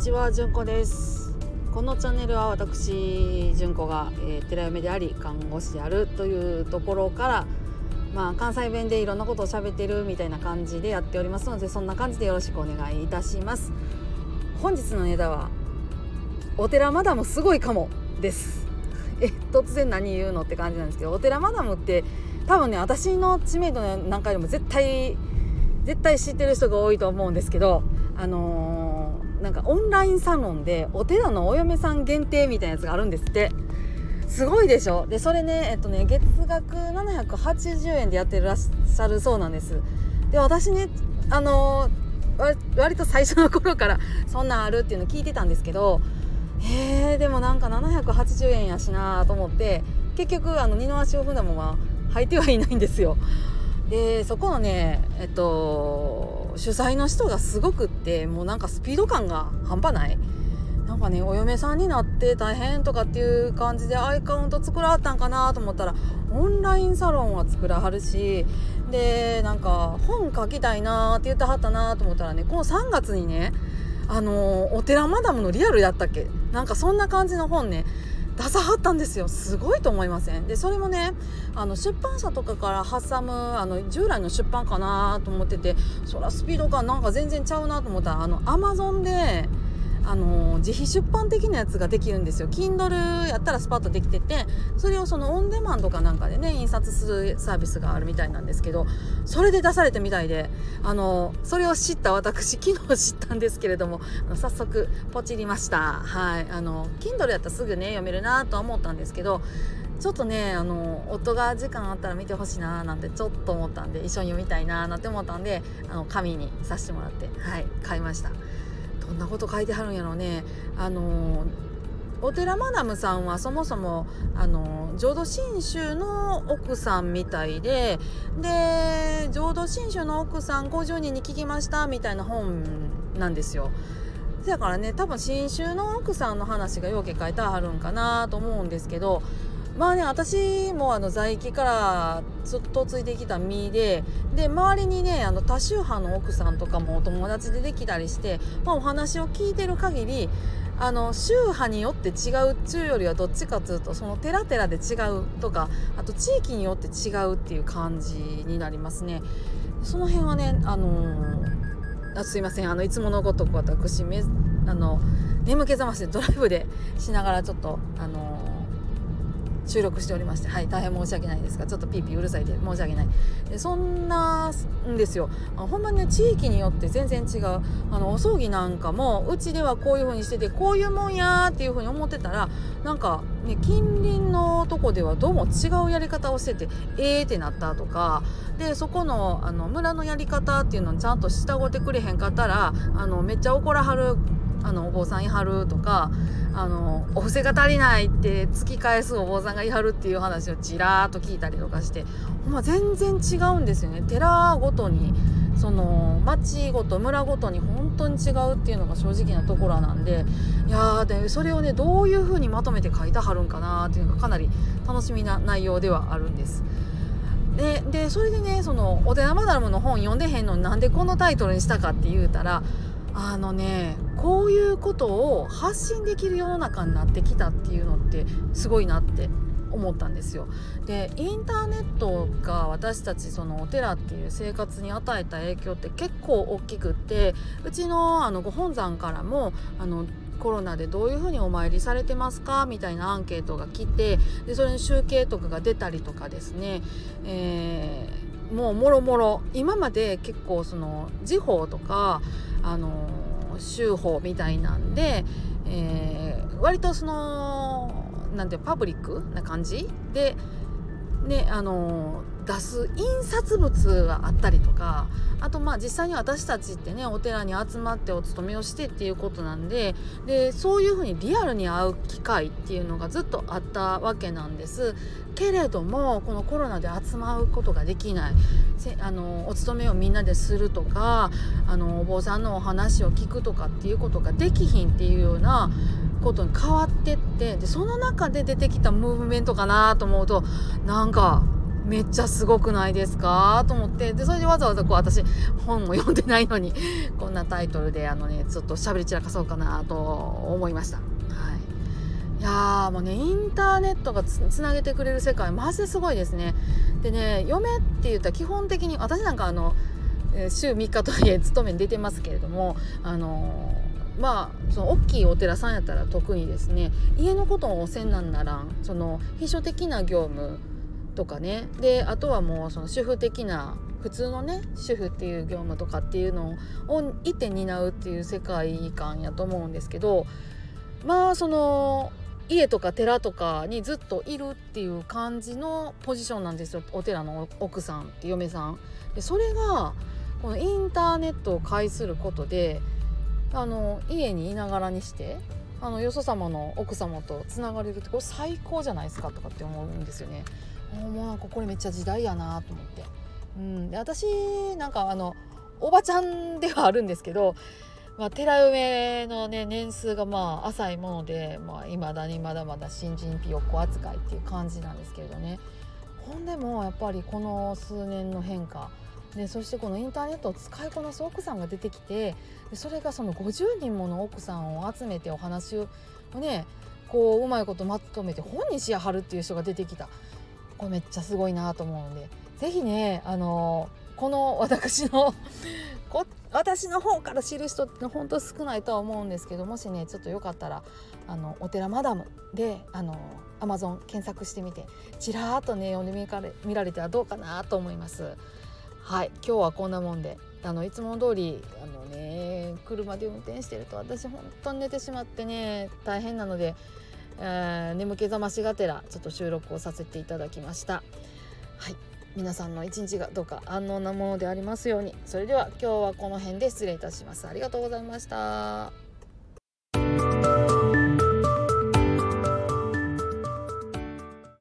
ちは、じゅんこです。このチャンネルは私じゅんこが、寺嫁であり看護師であるというところから、関西弁でいろんなことを喋ってるみたいな感じでやっておりますので、そんな感じでよろしくお願いいたします。本日のネタはお寺マダムすごいかもです。突然何言うのって感じなんですけど、お寺マダムって多分ね、私の知名度なんかよりも絶対知ってる人が多いと思うんですけど、なんかオンラインサロンでお寺のお嫁さん限定みたいなやつがあるんですって。すごいでしょ。でそれね、月額780円でやってらっしゃるそうなんです。で私ね、割と最初の頃からそんなんあるっていうの聞いてたんですけど、でもなんか780円やしなと思って、結局二の足を踏んだまま履いてはいないんですよ。でそこのね、主催の人がすごくって、もうなんかスピード感が半端ない。なんかね、お嫁さんになって大変とかっていう感じでアイカウント作らはったんかなと思ったら、オンラインサロンは作らはるし、でなんか本書きたいなって言ってはったなと思ったらね、この3月にね、お寺マダムのリアルやったっけ、なんかそんな感じの本ね出さはったんですよ。すごいと思いません？でそれもね、出版社とかから発散む従来の出版かなと思ってて、そらスピード感なんか全然ちゃうなと思ったら、Amazon で自費出版的なやつができるんですよ。 Kindle やったらスパッとできてて、それをそのオンデマンドかなんかでね印刷するサービスがあるみたいなんですけど、それで出されたみたいで、それを知った私昨日知ったんですけれども、早速ポチりました。はい。Kindle やったらすぐね読めるなとは思ったんですけど、ちょっとね夫が時間あったら見てほしいななんてちょっと思ったんで、一緒に読みたいななんて思ったんで、紙にさせてもらって、買いました。どんなこと書いてはるんやろうね。お寺マダムさんはそもそも浄土真宗の奥さんみたいで、浄土真宗の奥さん50人に聞きましたみたいな本なんですよ。だからね、多分真宗の奥さんの話がようけ書いてあるんかなと思うんですけど、私も在籍からずっとついてきた身で、周りにね多宗派の奥さんとかもお友達でできたりして、お話を聞いてる限り宗派によって違うっていうよりは、どっちかというとその寺々で違うとか、あと地域によって違うっていう感じになりますね。その辺はねすいません、いつものごとく私眠気覚ましでドライブでしながらちょっと収録しておりまして、大変申し訳ないですが、ちょっとピーピーうるさいで申し訳ない。でそんなんですよ。ほんまにね、地域によって全然違う。お葬儀なんかもうちではこういう風にしてて、こういうもんやっていう風に思ってたら、なんかね、近隣のとこではどうも違うやり方をしててってなったとかで、そこの村のやり方っていうのをちゃんと従ってくれへんかったらめっちゃ怒らはるお坊さんいはるとか、お布施が足りないって突き返すお坊さんがいはるっていう話をちらーっと聞いたりとかして、全然違うんですよね。寺ごとに、その町ごと村ごとに本当に違うっていうのが正直なところなんで、でそれをねどういう風にまとめて書いてはるんかなっていうのがかなり楽しみな内容ではあるんです。でそれでね、そのお寺マダムの本読んでへんのになんでこのタイトルにしたかって言うたら、こういうことを発信できる世の中になってきたっていうのってすごいなって思ったんですよ。でインターネットが私たちそのお寺っていう生活に与えた影響って結構大きくって、うちのご本山からもコロナでどういうふうにお参りされてますかみたいなアンケートが来て、でそれの集計とかが出たりとかですね、もうもろもろ今まで結構その時報とか宗法みたいなんで、割とそのなんていうパブリックな感じでね、出す印刷物があったりとか、あと実際に私たちってねお寺に集まってお勤めをしてっていうことなんで、そういうふうにリアルに会う機会っていうのがずっとあったわけなんですけれども、このコロナで集まることができない、お勤めをみんなでするとか、お坊さんのお話を聞くとかっていうことができひんっていうようなことに変わってって、でその中で出てきたムーブメントかなと思うと、なんかめっちゃすごくないですかと思って、でそれでわざわざ私本も読んでないのにこんなタイトルでちょっと喋り散らかそうかなと思いました。はい、いやもうね、インターネットがつなげてくれる世界マジですごいですね。でね、嫁って言ったら基本的に私なんか週3日とはいえ勤めに出てますけれども、その大きいお寺さんやったら特にですね、家のことをせんなんならん、その秘書的な業務とかね、であとはもうその主婦的な普通のね主婦っていう業務とかっていうのをいて担うっていう世界観やと思うんですけど、その家とか寺とかにずっといるっていう感じのポジションなんですよ、お寺の奥さんって嫁さんで。それがこのインターネットを介することで家にいながらにしてよそ様の奥様とつながれるって、これ最高じゃないですかとかって思うんですよね。もうなんかこれめっちゃ時代やなと思って、で私なんかおばちゃんではあるんですけど、寺嫁のね年数が浅いもので、未だにまだまだ新人ひよっこ扱いっていう感じなんですけれどね。ほんでもやっぱりこの数年の変化で、そしてこのインターネットを使いこなす奥さんが出てきて、でそれがその50人もの奥さんを集めてお話をねこううまいことまとめて本にしやはるっていう人が出てきた。これめっちゃすごいなと思うんで、ぜひねこの私の方から知る人って本当少ないとは思うんですけど、もしねちょっとよかったらお寺マダムでAmazon 検索してみてちらーっとね読んでみられてはどうかなと思います。はい、今日はこんなもんでいつも通り車で運転してると私本当に寝てしまってね大変なので、眠気覚ましがてらちょっと収録をさせていただきました。はい、皆さんの一日がどうか安穏なものでありますように。それでは今日はこの辺で失礼いたします。ありがとうございました。